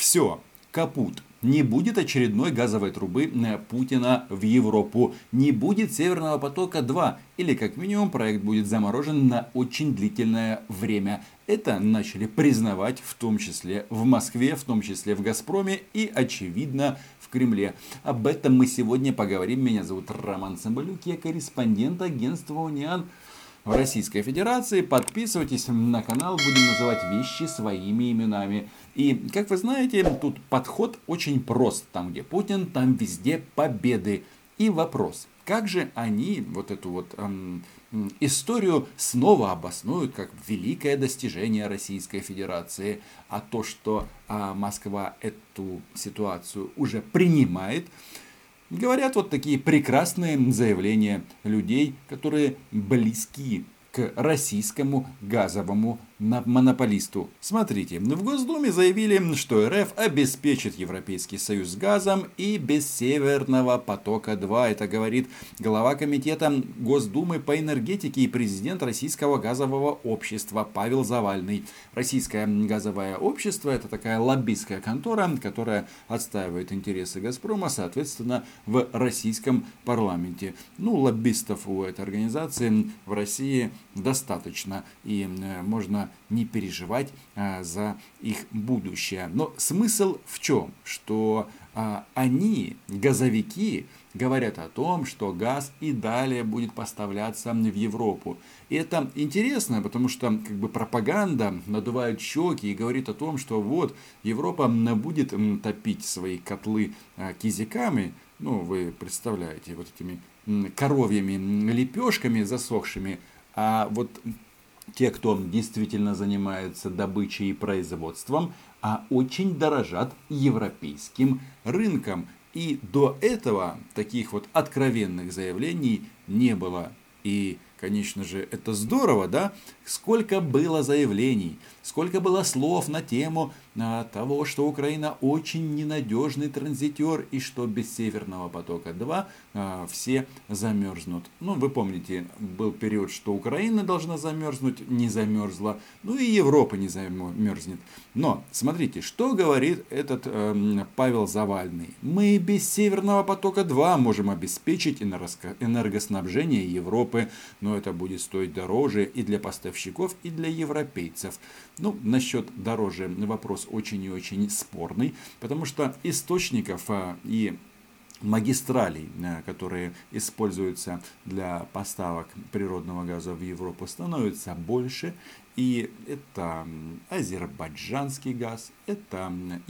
Все, капут. Не будет очередной газовой трубы Путина в Европу. Не будет Северного потока-2. Или как минимум проект будет заморожен на очень длительное время. Это начали признавать в том числе в Москве, в том числе в Газпроме и очевидно в Кремле. Об этом мы сегодня поговорим. Меня зовут Роман Цымбалюк, я корреспондент агентства Униан в Российской Федерации. Подписывайтесь на канал, будем называть вещи своими именами. И, как вы знаете, тут подход очень прост. Там, где Путин, там везде победы. И вопрос, как же они вот эту вот историю снова обоснуют как великое достижение Российской Федерации. А то, что Москва эту ситуацию уже принимает, говорят вот такие прекрасные заявления людей, которые близки к российскому газовому монополисту. Смотрите, в Госдуме заявили, что РФ обеспечит Европейский Союз газом и без Северного потока-2. Это говорит глава комитета Госдумы по энергетике и президент Российского газового общества Павел Завальный. Российское газовое общество — это такая лоббистская контора, которая отстаивает интересы Газпрома, соответственно, в российском парламенте. Лоббистов у этой организации в России достаточно, и можно не переживать за их будущее. Но смысл в чем? Что они, газовики, говорят о том, что газ и далее будет поставляться в Европу. И это интересно, потому что пропаганда надувает щеки и говорит о том, что вот Европа будет топить свои котлы кизиками. Вы представляете, вот этими коровьими лепешками засохшими. А вот те, кто действительно занимается добычей и производством, очень дорожат европейским рынком. И до этого таких вот откровенных заявлений не было. И, конечно же, это здорово, да? Сколько было заявлений, сколько было слов на тему того, что Украина очень ненадежный транзитер и что без Северного потока-2 все замерзнут. Вы помните, был период, что Украина должна замерзнуть, не замерзла, и Европа не замерзнет. Но смотрите, что говорит этот Павел Завальный. Мы без Северного потока-2 можем обеспечить энергоснабжение Европы, но это будет стоить дороже и для поставщиков, и для европейцев. Насчет дороже вопрос очень и очень спорный, потому что источников и магистралей, которые используются для поставок природного газа в Европу, становится больше. И это азербайджанский газ, это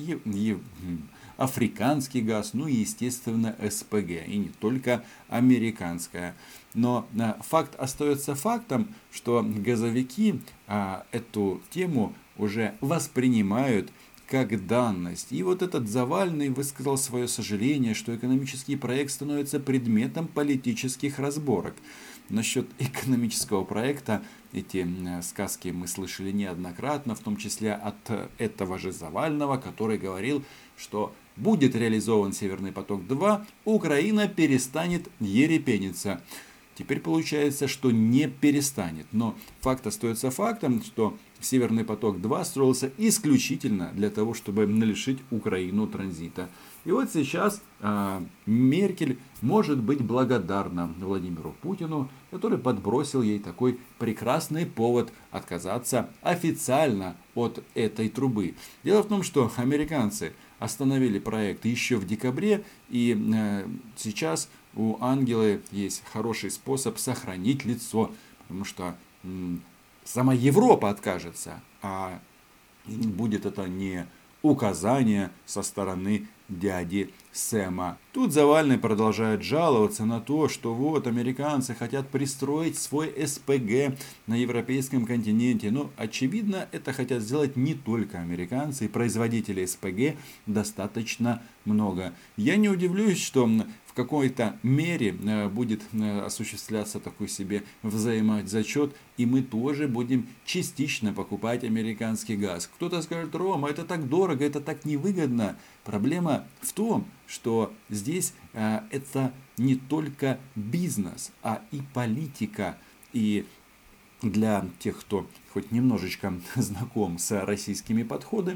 африканский газ, и, естественно, СПГ, и не только американская. Но факт остается фактом, что газовики эту тему уже воспринимают как данность. И вот этот Завальный высказал свое сожаление, что экономический проект становится предметом политических разборок. Насчет экономического проекта эти сказки мы слышали неоднократно, в том числе от этого же Завального, который говорил, что будет реализован Северный поток-2, Украина перестанет ерепениться. Теперь получается, что не перестанет. Но факт остается фактом, что Северный поток-2 строился исключительно для того, чтобы лишить Украину транзита. И вот сейчас Меркель может быть благодарна Владимиру Путину, который подбросил ей такой прекрасный повод отказаться официально от этой трубы. Дело в том, что американцы остановили проект еще в декабре, и сейчас у Ангелы есть хороший способ сохранить лицо, потому что сама Европа откажется, а будет это не указание со стороны дяди Сэма. Тут Завальный продолжает жаловаться на то, что вот американцы хотят пристроить свой СПГ на европейском континенте. Но очевидно, это хотят сделать не только американцы, и производителей СПГ достаточно много. Я не удивлюсь, что в какой-то мере будет осуществляться такой себе взаимозачет, и мы тоже будем частично покупать американский газ. Кто-то скажет: Рома, это так дорого, это так невыгодно. Проблема в том, что здесь это не только бизнес, а и политика. И для тех, кто хоть немножечко знаком с российскими подходами,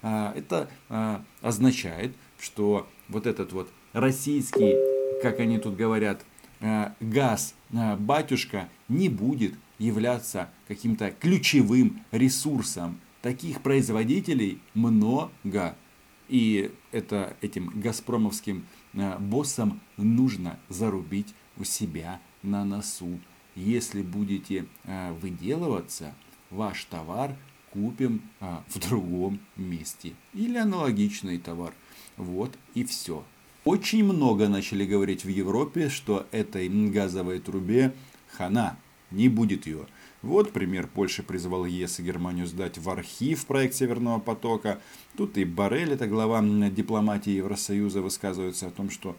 Это означает, что вот этот вот российский, как они тут говорят, газ батюшка не будет являться каким-то ключевым ресурсом. Таких производителей много. И это этим газпромовским боссам нужно зарубить у себя на носу. Если будете выделываться, ваш товар купим в другом месте. Или аналогичный товар. Вот и все. Очень много начали говорить в Европе, что этой газовой трубе хана, не будет ее. Вот пример. Польша призвала ЕС и Германию сдать в архив проект Северного потока. Тут и Боррель, это глава дипломатии Евросоюза, высказывается о том, что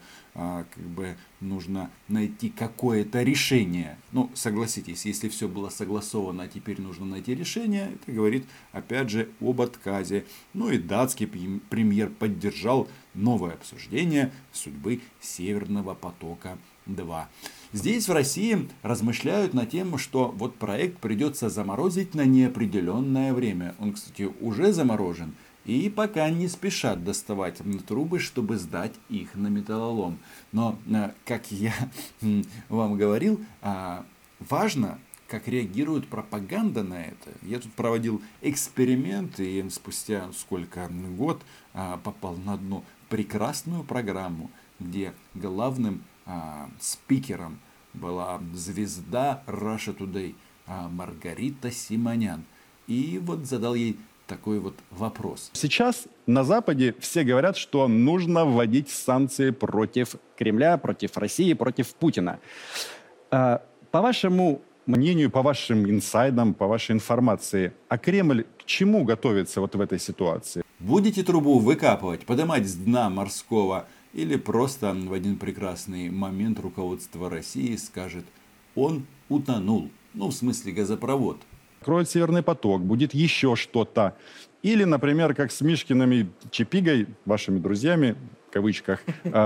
нужно найти какое-то решение. Ну, согласитесь, если все было согласовано, а теперь нужно найти решение, это говорит, опять же, об отказе. Ну и датский премьер поддержал новое обсуждение судьбы Северного потока-2. Здесь в России размышляют на тему, что вот проект придется заморозить на неопределенное время. Он, кстати, уже заморожен. И пока не спешат доставать трубы, чтобы сдать их на металлолом. Но, как я вам говорил, важно, как реагирует пропаганда на это. Я тут проводил эксперимент, и спустя год попал на одну прекрасную программу, где главным спикером была звезда Russia Today Маргарита Симонян. И вот задал ей такой вот вопрос. Сейчас на Западе все говорят, что нужно вводить санкции против Кремля, против России, против Путина. По вашему мнению, по вашим инсайдам, по вашей информации, а Кремль к чему готовится вот в этой ситуации? Будете трубу выкапывать, поднимать с дна морского, или просто в один прекрасный момент руководство России скажет: он утонул. Ну, в смысле, газопровод. Кроет Северный поток, будет еще что-то. Или, например, как с Мишкиным и Чапигой, вашими друзьями, в кавычках,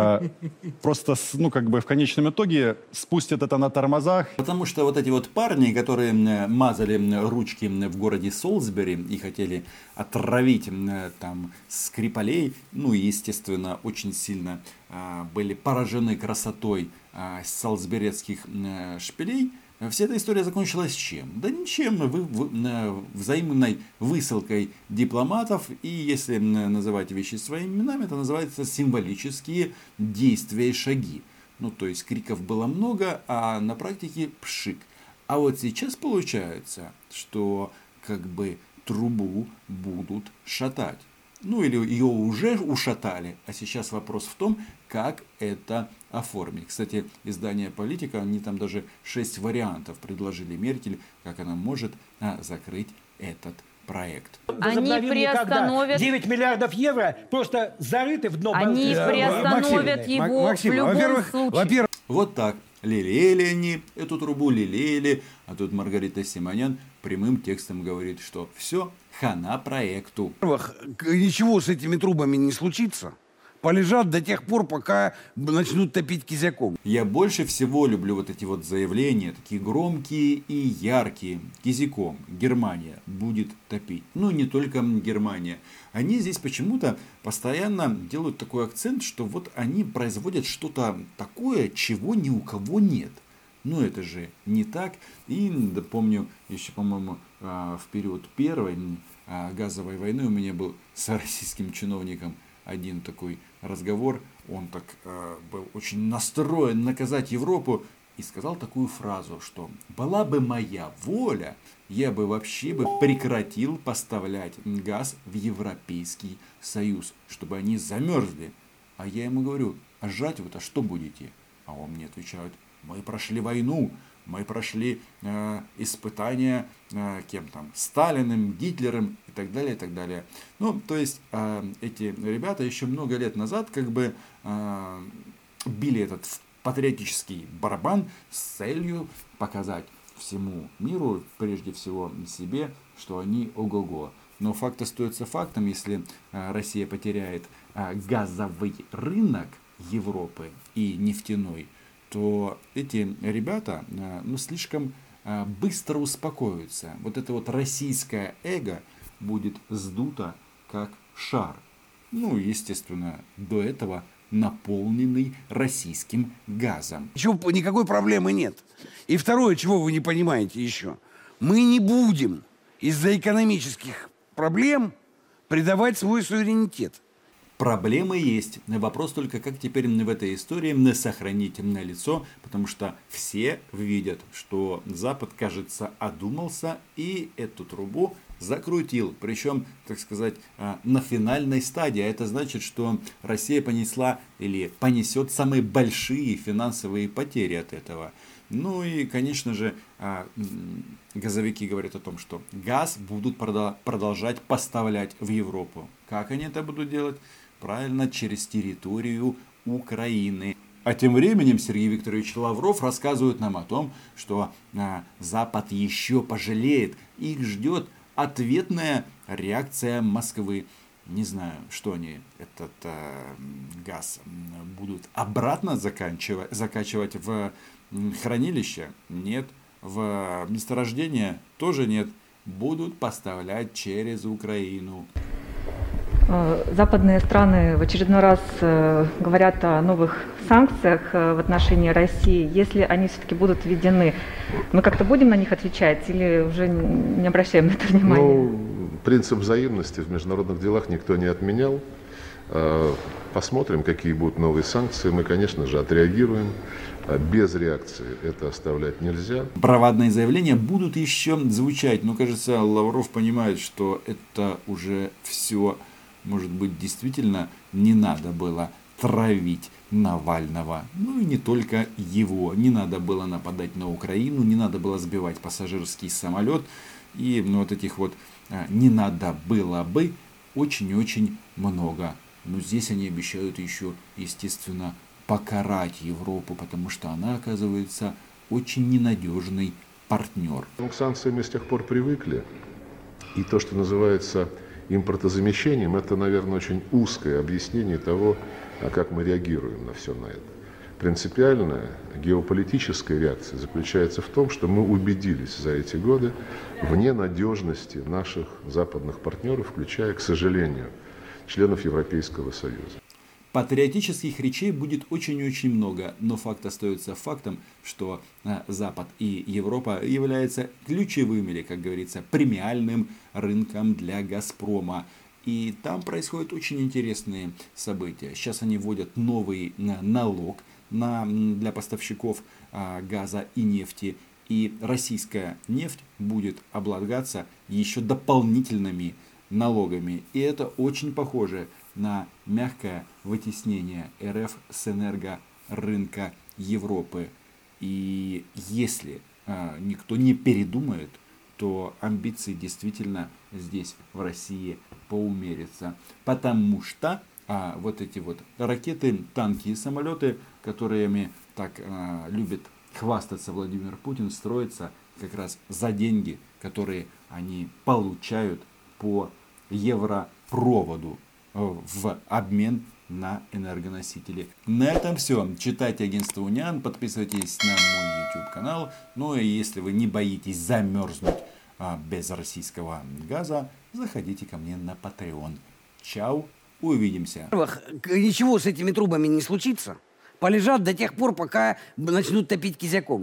просто, в конечном итоге спустят это на тормозах. Потому что вот эти вот парни, которые мазали ручки в городе Солсбери и хотели отравить там Скрипалей, ну и, естественно, очень сильно были поражены красотой солсберецких шпилей, вся эта история закончилась чем? Да ничем, взаимной высылкой дипломатов, и если называть вещи своими именами, это называется символические действия и шаги. Ну, то есть криков было много, а на практике пшик. А вот сейчас получается, что трубу будут шатать. Ну или ее уже ушатали, а сейчас вопрос в том, как это оформить. Кстати, издание «Политика», они там даже 6 вариантов предложили Меркель, как она может закрыть этот проект. Они приостановят... 9 миллиардов евро просто зарыты в дно банка. Они приостановят его Максим, в любом случае. Вот так. Лелеяли они эту трубу, лелеяли. А тут Маргарита Симонян прямым текстом говорит, что все, хана проекту. Во-первых, ничего с этими трубами не случится. Полежат до тех пор, пока начнут топить кизяком. Я больше всего люблю вот эти вот заявления, такие громкие и яркие. Кизяком Германия будет топить. Ну, не только Германия. Они здесь почему-то постоянно делают такой акцент, что вот они производят что-то такое, чего ни у кого нет. Ну, это же не так. И помню, еще, по-моему, в период первой газовой войны у меня был с российским чиновником один такой разговор. Он так был очень настроен наказать Европу и сказал такую фразу, что была бы моя воля, я бы вообще прекратил поставлять газ в Европейский Союз, чтобы они замерзли. А я ему говорю: а жрать вы-то что будете? А он мне отвечает: мы прошли войну, мы прошли испытания кем там, Сталиным, Гитлером и так далее, и так далее. Ну, то есть эти ребята еще много лет назад били этот патриотический барабан с целью показать всему миру, прежде всего себе, что они ого-го. Но факт остается фактом: если Россия потеряет газовый рынок Европы и нефтяной, то эти ребята слишком быстро успокоятся. Вот это вот российское эго будет сдуто, как шар. Ну, естественно, до этого наполненный российским газом. Никакой проблемы нет. И второе, чего вы не понимаете еще. Мы не будем из-за экономических проблем предавать свой суверенитет. Проблемы есть. Вопрос только, как теперь в этой истории сохранить лицо, потому что все видят, что Запад, кажется, одумался и эту трубу закрутил. Причем, так сказать, на финальной стадии. Это значит, что Россия понесла или понесет самые большие финансовые потери от этого. Ну и, конечно же, газовики говорят о том, что газ будут продолжать поставлять в Европу. Как они это будут делать? Правильно, через территорию Украины. А тем временем Сергей Викторович Лавров рассказывает нам о том, что Запад еще пожалеет. Их ждет ответная реакция Москвы. Не знаю, что они этот газ будут обратно закачивать в хранилище? Нет. В месторождение? Тоже нет. Будут поставлять через Украину. Западные страны в очередной раз говорят о новых санкциях в отношении России. Если они все-таки будут введены, мы как-то будем на них отвечать или уже не обращаем на это внимания? Ну, принцип взаимности в международных делах никто не отменял. Посмотрим, какие будут новые санкции. Мы, конечно же, отреагируем. Без реакции это оставлять нельзя. Бравадные заявления будут еще звучать. Но, кажется, Лавров понимает, что это уже все, может быть, действительно не надо было травить Навального. Ну и не только его. Не надо было нападать на Украину, не надо было сбивать пассажирский самолет. И вот этих вот не надо было бы очень и очень много. Но здесь они обещают еще, естественно, покарать Европу, потому что она, оказывается, очень ненадежный партнер. К санкциям мы с тех пор привыкли. И то, что называется импортозамещением, это, наверное, очень узкое объяснение того, как мы реагируем на все на это. Принципиальная геополитическая реакция заключается в том, что мы убедились за эти годы в ненадежности наших западных партнеров, включая, к сожалению, членов Европейского Союза. Патриотических речей будет очень и очень много, но факт остается фактом, что Запад и Европа являются ключевым или, как говорится, премиальным рынком для Газпрома. И там происходят очень интересные события. Сейчас они вводят новый налог для поставщиков газа и нефти. И российская нефть будет облагаться еще дополнительными налогами. И это очень похоже на мягкое вытеснение РФ с энергорынка Европы. И если никто не передумает, то амбиции действительно здесь, в России, поумерятся. Потому что вот эти вот ракеты, танки и самолеты, которыми так любит хвастаться Владимир Путин, строятся как раз за деньги, которые они получают по европроводу в обмен на энергоносители. На этом все. Читайте агентство Униан, подписывайтесь на мой YouTube канал. Ну и если вы не боитесь замерзнуть без российского газа, заходите ко мне на Patreon. Чао, увидимся. Во-первых, ничего с этими трубами не случится. Полежат до тех пор, пока начнут топить кизяком.